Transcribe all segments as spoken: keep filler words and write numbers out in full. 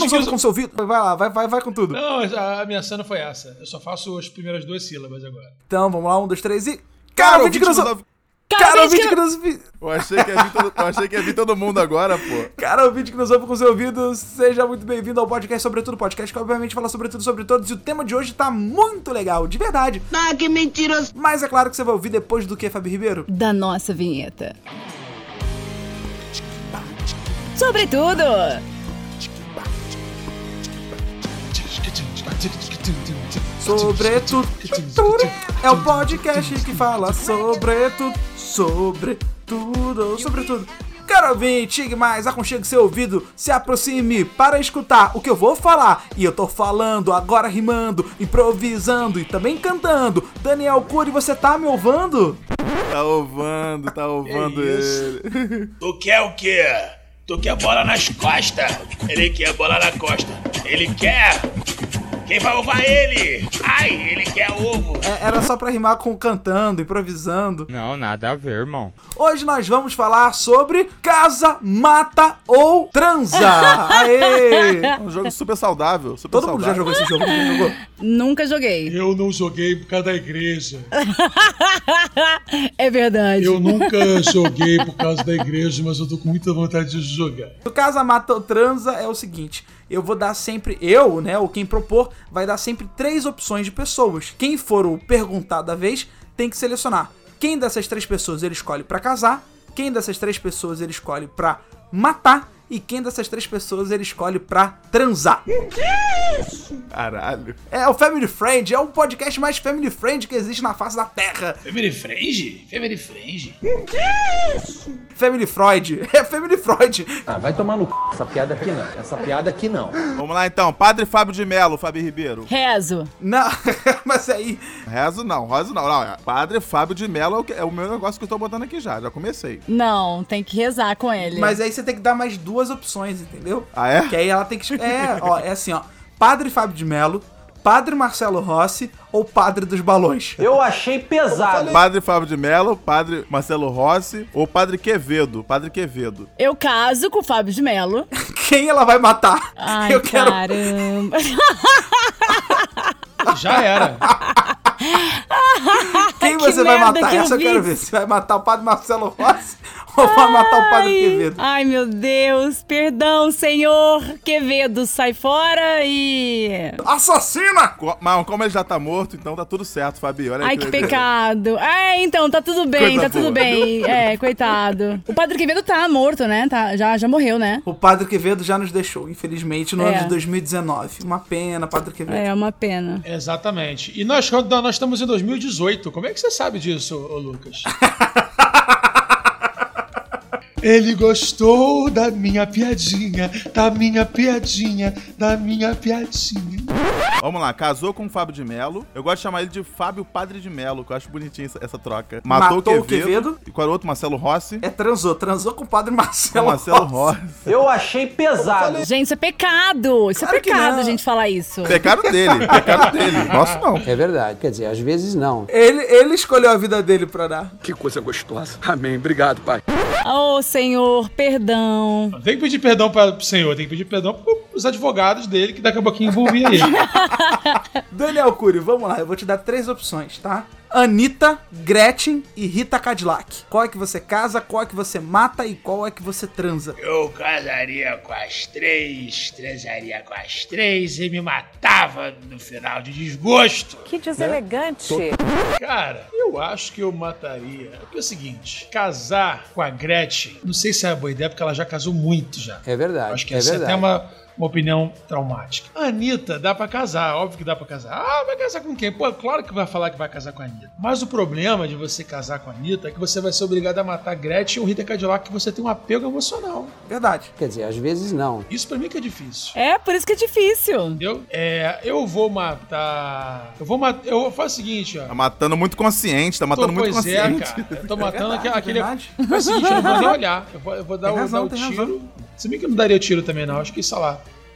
nos ouve com seu ouvido. Vai lá, vai, vai, vai com tudo. Não, a minha cena foi essa. Eu só faço as primeiras duas sílabas agora. Então, vamos lá, um, dois, três e... Cara, ouvinte que nos ouve... Cara, ouvinte que nos... Eu achei que ia vir todo, eu achei que ia vir todo mundo agora, pô. Cara, ouvinte que nos ouve com seu ouvido, seja muito bem-vindo ao podcast Sobretudo, podcast que obviamente fala sobre tudo, sobre todos, e o tema de hoje tá muito legal, de verdade. Ah, que mentiroso. Mas é claro que você vai ouvir depois do que, Fábio Ribeiro? Da nossa vinheta. Sobretudo! Sobretudo é o podcast que fala sobre tudo, sobre tudo, sobre tudo. Cara ouvinte, chegue mais, aconchegue seu ouvido, se aproxime para escutar o que eu vou falar. E eu tô falando, agora rimando, improvisando e também cantando. Daniel Cury, você tá me ouvindo? Tá ouvando, tá ouvando ele. Tu quer o quê? Tu quer bola nas costas? Ele quer bola na costa. Ele quer... Quem vai ovar ele? Ai, ele quer ovo. É, era só pra rimar com cantando, improvisando. Não, nada a ver, irmão. Hoje nós vamos falar sobre casa, mata ou transa. Aê! É um jogo super saudável, super Todo saudável. mundo já jogou esse jogo? Ninguém jogou? Nunca joguei. Eu não joguei por causa da igreja. É verdade. Eu nunca joguei por causa da igreja, mas eu tô com muita vontade de jogar. O casa, mata ou transa é o seguinte... Eu vou dar sempre, eu, né, ou quem propor, vai dar sempre três opções de pessoas. Quem for o perguntado da vez, tem que selecionar. Quem dessas três pessoas ele escolhe pra casar, quem dessas três pessoas ele escolhe pra matar, e quem dessas três pessoas ele escolhe pra transar. Caralho. É o Family Friend, é o podcast mais Family Friend que existe na face da Terra. Family Friend? Family Friend? Family Freud, é Family Freud. Ah, vai tomar no c... Essa piada aqui não. Essa piada aqui não. Vamos lá então, Padre Fábio de Melo, Fábio Ribeiro. Rezo. Não, mas aí... Rezo não, rezo não. não. Padre Fábio de Melo é o, que, é o meu negócio que eu tô botando aqui já, já comecei. Não, tem que rezar com ele. Mas aí você tem que dar mais duas opções, entendeu? Ah, é? Que aí ela tem que... É, ó, é assim, ó. Padre Fábio de Melo, Padre Marcelo Rossi ou Padre dos Balões? Eu achei pesado. Padre Fábio de Melo, Padre Marcelo Rossi ou Padre Quevedo, Padre Quevedo. Eu caso com o Fábio de Melo. Quem ela vai matar? Ai, eu quero... caramba. Já era. Quem Que você vai merda matar? que eu Essa eu vi. quero ver. Você vai matar o Padre Marcelo Rossi ou vai matar o Padre Ai, Quevedo? Ai, meu Deus. Perdão, senhor Quevedo. Sai fora e... Assassina! Co- Mas como ele já tá morto, então tá tudo certo, Fábio. Olha aí Ai, que beleza. pecado. É, então, tá tudo bem, Coisa tá tudo boa. bem. É, coitado. O Padre Quevedo tá morto, né? Tá, já, já morreu, né? O Padre Quevedo já nos deixou, infelizmente, no É. ano de dois mil e dezenove. Uma pena, Padre Quevedo. É uma pena. Exatamente. E nós, quando nós estamos em dois mil e dezoito. Como é que você sabe disso, ô Lucas? Ele gostou da minha piadinha, da minha piadinha, da minha piadinha. Vamos lá, casou com o Fábio de Melo. Eu gosto de chamar ele de Fábio Padre de Melo, que eu acho bonitinho essa, essa troca. Matou, Matou o o Quevedo. Quevedo. E qual era o outro? Marcelo Rossi. É, transou. Transou com o Padre Com Marcelo, Marcelo Rossi. Rossi. Eu achei pesado. Gente, isso é pecado. Isso Claro é que pecado não. a gente falar isso. Pecado dele, pecado dele. Nosso não. É verdade. Quer dizer, às vezes não. Ele, ele escolheu a vida dele pra dar. Que coisa gostosa. Amém. Obrigado, pai. Oh, Senhor, perdão. Tem que pedir perdão para o senhor, tem que pedir perdão para os advogados dele, que daqui a pouquinho envolvia ele. Daniel Cury, vamos lá. Eu vou te dar três opções, tá? Anitta, Gretchen e Rita Cadillac. Qual é que você casa, qual é que você mata e qual é que você transa? Eu casaria com as três, transaria com as três e me matava no final de desgosto. Que deselegante. Cara, eu acho que eu mataria. Porque é o seguinte, casar com a Gretchen, não sei se é uma boa ideia, porque ela já casou muito já. É verdade. Acho que é essa é verdade. até uma... uma opinião traumática. A Anitta dá pra casar, óbvio que dá pra casar. Ah, vai casar com quem? Pô, claro que vai falar que vai casar com a Anitta. Mas o problema de você casar com a Anitta é que você vai ser obrigado a matar Gretchen ou Rita Cadillac, que você tem um apego emocional. Verdade. Quer dizer, às vezes não. Isso pra mim que é difícil. É, por isso que é difícil. Entendeu? É, eu vou matar... Eu vou matar... Eu faço o seguinte, ó. Tá matando muito consciente, tá matando Tô, muito pois é, consciente. cara. Eu tô matando verdade, aquele... aquele... verdade. É o seguinte, eu não vou nem olhar. Eu vou, eu vou dar, Tem o, razão, dar o tem tiro... razão. Se bem que eu não daria o tiro também, não. Acho que, sei lá...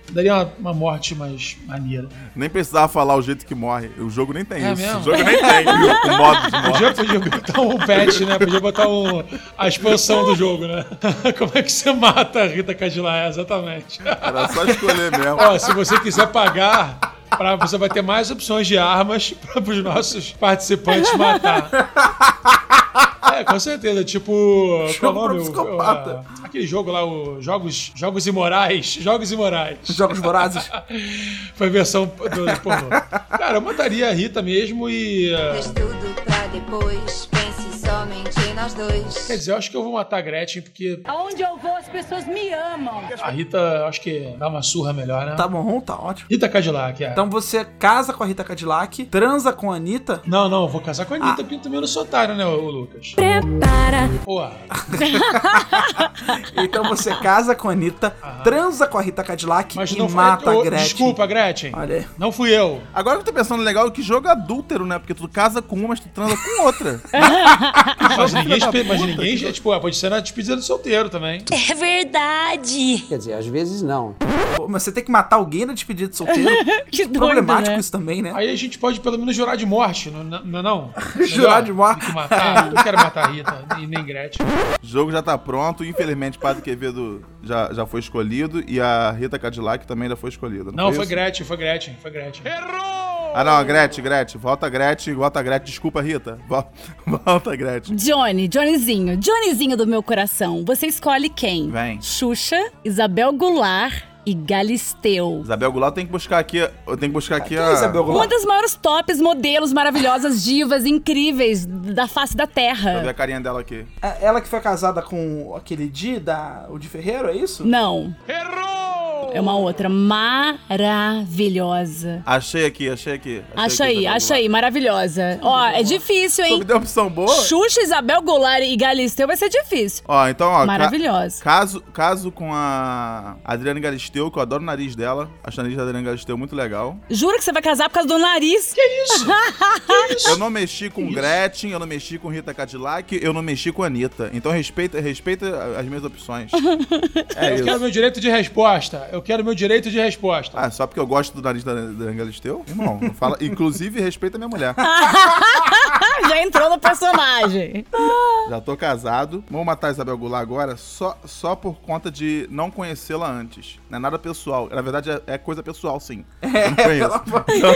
Daria uma, uma morte mais maneira. Nem precisava falar o jeito que morre. O jogo nem tem É isso. mesmo? O jogo nem tem o modo de morte. Podia, podia botar um patch, né? Podia botar um, a expansão do jogo, né? Como é que você mata a Rita Cadillac? Exatamente. Era só escolher mesmo. Ó, se você quiser pagar, pra, você vai ter mais opções de armas para os nossos participantes matar. É, com certeza. Tipo, qual Jogo o nome? pra psicopata. O, o, aquele jogo lá, o Jogos, Jogos Imorais. Jogos Imorais. Jogos Vorazes. Foi a versão do, do pornô. Cara, eu mataria a Rita mesmo e... Uh, Fez tudo pra depois, pense somente nós dois. quer dizer, eu acho que eu vou matar a Gretchen, porque Aonde eu vou, as pessoas me amam. a Rita, acho que dá uma surra melhor, né? Tá bom, tá ótimo. Rita Cadillac, é. Então você casa com a Rita Cadillac, transa com a Anitta. Não, não, eu vou casar com a Anitta, porque eu também não sou otário, né, ô Lucas? Prepara. Porra. Então você casa com a Anitta, transa com a Rita Cadillac Mas e não foi- mata Ô, a Gretchen. Desculpa, Gretchen. Olha aí. Não fui eu. Agora que eu tô pensando legal, que jogo adúltero, né? Porque tu casa com uma, mas tu transa com outra. Mas ninguém, filha da mas puta, ninguém que tipo, pode ser na despedida do solteiro também. É verdade. Quer dizer, às vezes não. Pô, mas você tem que matar alguém na despedida de solteiro. Que doido, Problemático né? isso também, né? Aí a gente pode pelo menos jurar de morte, não não? não, não? Jurar Melhor de morte. do que matar. Eu não quero matar a Rita, e nem Gretchen. O jogo já tá pronto. Infelizmente, Padre Quevedo já, já foi escolhido. E a Rita Cadillac também já foi escolhida. Não, Não, foi isso? Gretchen, foi Gretchen, foi Gretchen. Ah, não, Gretchen, Gretchen. Volta, Gretchen. Volta, Gretchen. Desculpa, Rita. Volta, volta Gretchen. Johnny, Johnnyzinho, Johnnyzinho do meu coração. Você escolhe quem? Vem. Xuxa, Isabel Goulart e Galisteu. Isabel Goulart tem que buscar aqui. Eu tenho que buscar aqui Quem a. é Isabel Uma Goulart? das maiores tops, modelos maravilhosas, divas incríveis da face da Deixa eu ver Terra. a carinha dela aqui. É ela que foi casada com aquele Di, da, o Di Ferreiro, é isso? Não. Errou! É uma outra maravilhosa. Achei aqui, achei aqui. Acha aqui, aí, Isabel acha aí, maravilhosa. Ó, é difícil, Goulart. hein? Me deu opção boa? Xuxa, Isabel Goulart e Galisteu vai ser difícil. Ó, então, ó. ca- Maravilhosa. Caso, caso com a Adriana Galisteu, que eu adoro o nariz dela. Acho o nariz da Adriana Galisteu muito legal. Jura que você vai casar por causa do nariz? Que isso? Eu não mexi com Gretchen, eu não mexi com Rita Cadillac, eu não mexi com a Anitta. Então respeita, respeita as minhas opções. É Eu isso. quero meu direito de resposta. Eu quero meu direito de resposta. Ah, só porque eu gosto do nariz da Adriana Galisteu? Irmão, não fala. Inclusive, respeita minha mulher. Já entrou no personagem. Já tô casado. Vamos matar a Isabel Goulart agora só, só por conta de não conhecê-la antes. Não é nada pessoal. Na verdade, é, é coisa pessoal, sim. Eu não conheço. Então,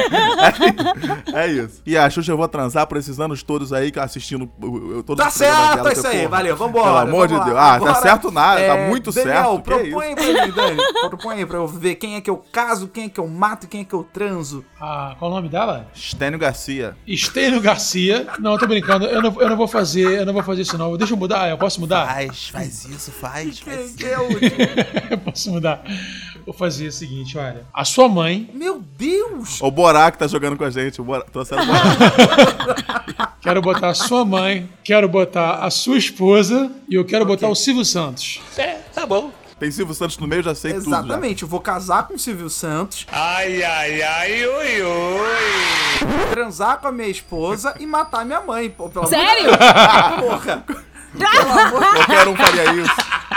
é, é isso. E a Xuxa eu vou transar por esses anos todos aí, que eu assistindo o- o- todos Tá os programas certo, dela, é que isso eu, aí, porra, valeu, vambora. Pelo amor vamos de Deus. lá. Ah, tá Agora, certo nada, tá é, muito Daniel, certo. Que propõe isso? pra mim, Dani. Propõe aí pra eu ver quem é que eu caso, quem é que eu mato e quem é que eu transo. Ah, qual o nome dela? Stênio Garcia. Estênio Garcia. Não, eu tô brincando. Eu não, eu não vou fazer, eu não vou fazer isso não. Deixa eu mudar. Eu posso mudar? Faz, faz isso, faz. Quem faz. que é o... Eu posso mudar. Vou fazer o seguinte, olha. A sua mãe, Meu Deus! O Borá que tá jogando com a gente. O Borá, trouxeram o Borá. quero botar a sua mãe, quero botar a sua esposa e eu quero botar o Silvio Santos. Tem Silvio Santos no meio, já sei tudo. Já. Exatamente, eu vou casar com o Silvio Santos, Ai, ai, ai, oi, oi. transar com a minha esposa e matar minha mãe. Pô, pelo amor de Sério? Deus. Porra! Qualquer um faria isso.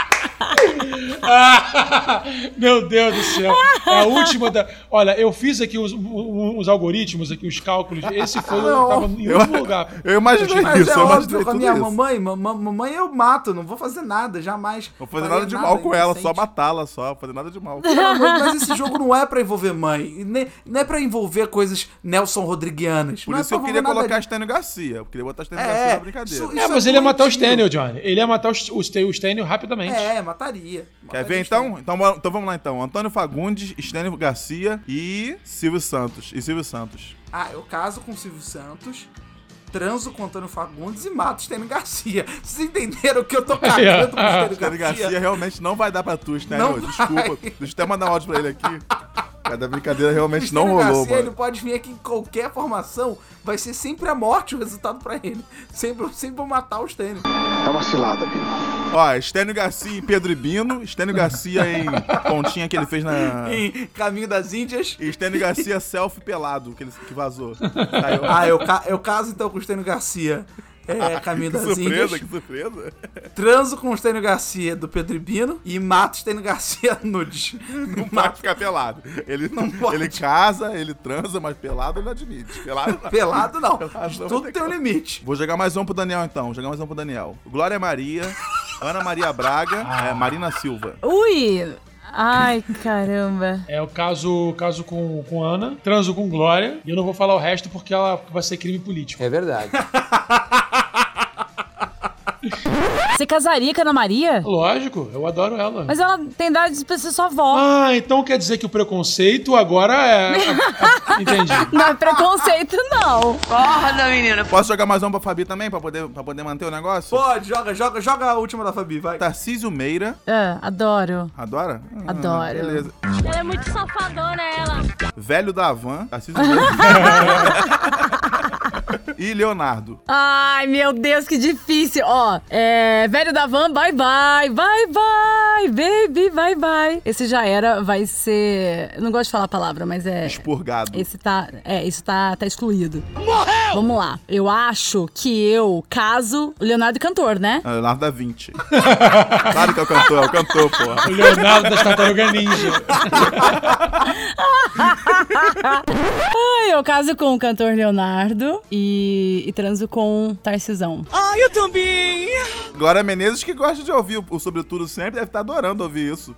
Ah, meu Deus do céu. É a última da... Olha, eu fiz aqui os, os algoritmos, aqui, os cálculos. Esse foi o tava em Eu, último lugar. eu imaginei Mas isso, é eu imaginei óbvio, com a tudo minha isso. mamãe, mam- mamãe eu mato, não vou fazer nada, jamais. Não vou fazer Faria nada de mal com ela, só inocente. matá-la só, não fazer nada de mal. Pelo amor de- Mas esse jogo não é pra envolver mãe, e nem, não é pra envolver coisas Nelson Rodriguianas. Por não isso é eu pra queria envolver nada colocar Stênio Garcia. Eu queria botar Stênio É, Garcia na brincadeira. isso- É, mas ele ia matar o doentio. Stênio, Johnny. Ele ia matar o, o, Stênio- o Stênio rapidamente. É, mataria. Quer Mataria ver o então? Então, bora- então vamos lá então. Antônio Fagundes, Stênio Garcia e Silvio Santos. E Silvio Santos. Ah, eu caso com o Silvio Santos, transo com o Antônio Fagundes e mato o Stênio Garcia. Vocês entenderam que eu tô cagando com o Stênio Stênio Garcia Garcia? realmente não vai dar pra tu, Stênio. Não Desculpa. vai. Deixa eu até mandar um áudio pra ele aqui. Cada brincadeira realmente O não Stênio rolou, Garcia, ele mano. pode vir aqui em qualquer formação, vai ser sempre a morte o resultado pra ele. Sempre, sempre vou matar o Stênio. É uma cilada, Bino. Ó, Stênio Garcia em Pedro e Bino, Stênio Garcia em Pontinha que ele fez na... Em Caminho das Índias. E Stênio Garcia selfie pelado, que, ele, que vazou. Saiu. Ah, eu, ca- eu caso então com o Stênio Garcia. é, Caminho Que das surpresa, Índias. que surpresa. Transo com o Estênio Garcia do Pedro Ibino e mato o Estênio Garcia nudes. Não pode ficar pelado. Ele, Não pode. ele casa, ele transa, mas pelado ele não admite. Pelado não. Pelado não. Pelado não, Tudo vai ter tem um como. limite. Vou jogar mais um pro Daniel, então. Vou jogar mais um pro Daniel. Glória Maria, Ana Maria Braga, é, Marina Silva. Ui! Ai, caramba. É o caso, caso com, com Ana, transo com Glória, e eu não vou falar o resto porque ela vai ser crime político. É verdade. Você casaria com a Ana Maria? Lógico, eu adoro ela. Mas ela tem idade de ser sua avó. Ah, então quer dizer que o preconceito agora é... Entendi. Não é preconceito, não. Acorda, menina. Posso jogar mais um pra Fabi também, pra poder, pra poder manter o negócio? Pode, joga, joga, joga a última da Fabi, vai. Tarcísio Meira. Ah, adoro. Adora? Ah, Adoro. Beleza. Ela é muito safadona, ela. Velho da Havan. Tarcísio Meira. E Leonardo. Ai, meu Deus, que difícil. Ó, é... Velho da Van, bye bye. Bye bye, baby, bye bye. Esse já era, vai ser... Eu não gosto de falar a palavra, mas é... Expurgado. Esse tá... É, isso tá, tá excluído. Morreu! Vamos lá. Eu acho que eu caso o Leonardo cantor, né? Ah, Leonardo da Vinci. Claro que é o cantor, é o cantor, porra. O Leonardo das Tartarugas Ninja. Ai, eu caso com o cantor Leonardo e, e transo com o Tarcisão. Ah, eu também. Glória Menezes, que gosta de ouvir o Sobretudo sempre, deve estar adorando ouvir isso.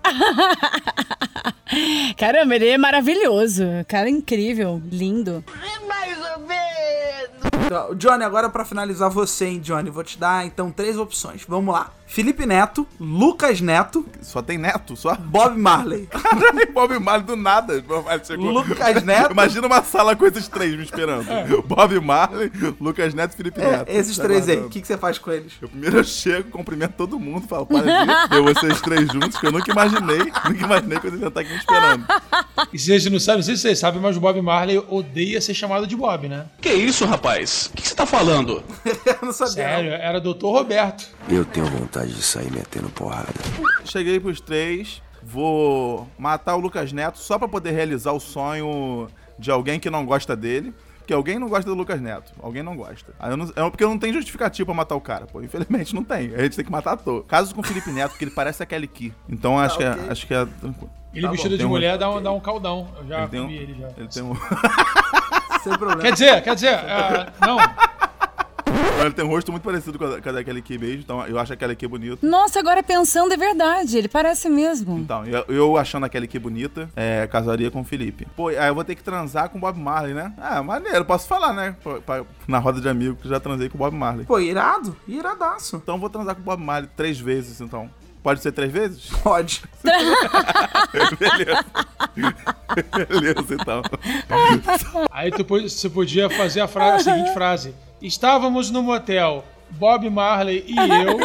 Caramba, ele é maravilhoso. Cara incrível, lindo. Mais ou menos. Então, Johnny, agora pra finalizar você, hein, Johnny, vou te dar, então, três opções. Vamos lá. Felipe Neto, Lucas Neto, Só tem neto, só? Bob Marley. Caralho, Bob Marley do nada. Bob Marley chegou. Lucas Neto. Imagina uma sala com esses três me esperando. Bob Marley, Lucas Neto e Felipe É, Neto. esses Tá três aí, o aguardando. que, que você faz com eles? Eu primeiro eu chego, cumprimento todo mundo, falo, para aqui, eu vocês três juntos, que eu nunca imaginei, nunca imaginei que eu ia estar aqui me esperando. E se vocês não sabem, não sei se vocês sabem, mas o Bob Marley odeia ser chamado de Bob, né? Que isso, rapaz? O que você tá falando? Eu não sabia. Sério, era doutor Roberto. Eu tenho vontade de sair metendo porrada. Cheguei pros três, vou matar o Lucas Neto só pra poder realizar o sonho de alguém que não gosta dele. Porque alguém não gosta do Lucas Neto. Alguém não gosta. Aí eu não, é porque não tem justificativo pra matar o cara, pô. Infelizmente não tem. A gente tem que matar à toa. Caso com o Felipe Neto, porque ele parece a Kelly Key. Então acho, Tá, que ok. é, acho que é tranquilo. Ele Tá vestido bom, de tem um- mulher dá, um, dá um caldão. Eu já Ele tem um, comi ele já. ele tem um, Sem problema. Quer dizer, quer dizer, ah, não. ele tem um rosto muito parecido com a, com a da Kelly Key mesmo. Então eu acho a Kelly Key bonita. Nossa, agora pensando, é verdade. Ele parece mesmo. Então, eu, eu achando a Kelly Key bonita, é, casaria com o Felipe. Pô, aí eu vou ter que transar com o Bob Marley, né? Ah, maneiro, posso falar, né? Pô, pra- na roda de amigos que já transei com o Bob Marley. Pô, irado? Iradaço. Então eu vou transar com o Bob Marley três vezes, então. Pode ser três vezes? Pode. Beleza. Beleza, então. Aí tu, po- você podia fazer a, fra- a seguinte frase. Estávamos no motel, Bob Marley e eu.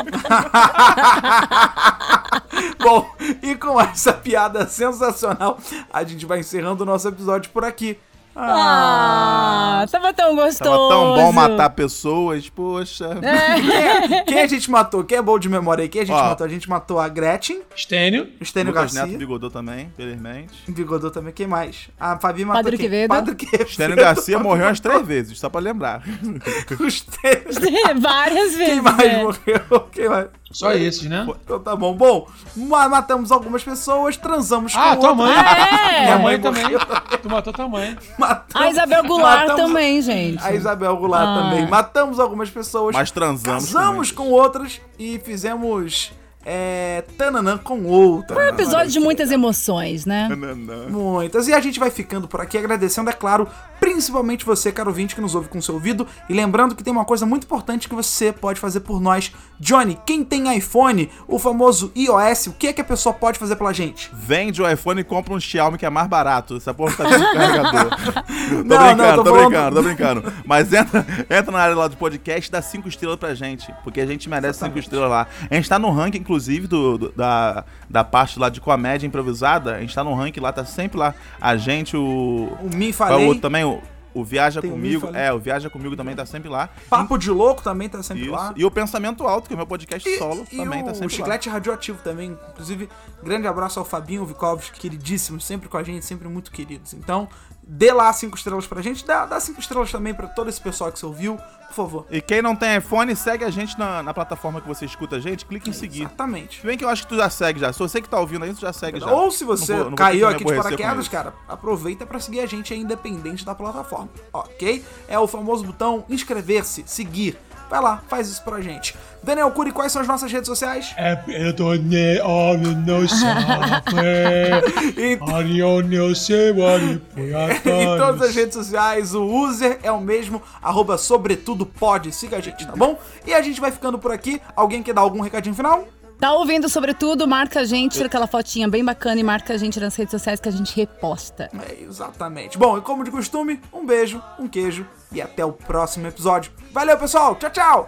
Bom, e com essa piada sensacional, a gente vai encerrando o nosso episódio por aqui. Ah, tava tão gostoso. Tava tão bom matar pessoas, poxa. Quem, quem a gente matou? Quem é bom de memória aí? Quem a gente Ó. matou? A gente matou a Gretchen, Stênio. o Estênio Lucas Garcia, Neto bigodou também, felizmente. Bigodou também. Quem mais? A Fabi matou Padre quem? Quevedo. Padre Quevedo. Estênio Garcia morreu umas três vezes, só pra lembrar. O Estênio. Várias vezes. Quem mais né? morreu? Quem mais? Só esses, né? Então tá bom. Bom, ma- matamos algumas pessoas, transamos Ah, com tua outras. mãe. É. Tua mãe Minha mãe também. Tu matou tua mãe. Matamos- A Isabel Goulart matamos- também, gente. A Isabel Goulart Ah. também. Matamos algumas pessoas. Mas transamos Casamos com com outras e fizemos é, tananã com outras. Foi um episódio de muitas emoções, né? Não, não. Muitas. E a gente vai ficando por aqui agradecendo, é claro, principalmente você, caro ouvinte, que nos ouve com seu ouvido. E lembrando que tem uma coisa muito importante que você pode fazer por nós. Johnny, quem tem iPhone, o famoso iOS, o que é que a pessoa pode fazer pela gente? Vende o iPhone e compra um Xiaomi que é mais barato. Essa porra tá dentro do carregador. Tô Não, brincando, não, tô tô, falando- brincando, tô brincando. Mas entra, entra na área lá do podcast e dá cinco estrelas pra gente. Porque a gente merece cinco estrelas lá. A gente tá no ranking, inclusive, do, do- da, da parte lá de comédia improvisada. A gente tá no ranking lá, tá sempre lá. A gente, o. O Me Qual é o Falei. outro também? O, O Viaja Tem o Comigo, Mifa, é, o Viaja Comigo também tá sempre lá. Papo de Louco também tá sempre Isso. lá. E o Pensamento Alto, que é o meu podcast E, solo, e também o, tá sempre o Chiclete Radioativo também. Inclusive, grande abraço ao Fabinho Vikovski, queridíssimos, sempre com a gente, sempre muito queridos. Então, dê lá cinco estrelas pra gente, dá, dá cinco estrelas também pra todo esse pessoal que você ouviu, por favor. lá. E quem não tem iPhone, segue a gente na, na plataforma que você escuta a gente, clica em seguir. Exatamente. Se bem que eu acho que tu já segue já. Se você que tá ouvindo aí, tu já segue já. Ou se você Não vou- não vou caiu ter que aqui me de aborrecer com paraquedas, isso. cara, aproveita pra seguir a gente aí, independente da plataforma, ok? É o famoso botão inscrever-se, seguir. Vai lá, faz isso pra gente. Daniel Cury, quais são as nossas redes sociais? É perdone, olha, não sabe. Arione, sei, Em todas as redes sociais, o user é o mesmo, arroba sobretudo pode, siga a gente, tá bom? E a gente vai ficando por aqui. Alguém quer dar algum recadinho final? Tá ouvindo sobretudo? Marca a gente, tira aquela fotinha bem bacana e marca a gente nas redes sociais que a gente reposta. É, exatamente. Bom, e como de costume, um beijo, um queijo e até o próximo episódio. Valeu, pessoal! Tchau, tchau!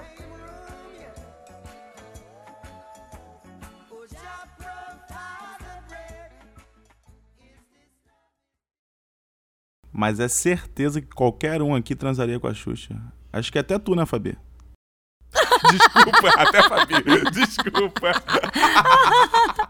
Mas é certeza que qualquer um aqui transaria com a Xuxa. Acho que até tu, né, Fabi? Desculpa, até Fabi. Desculpa.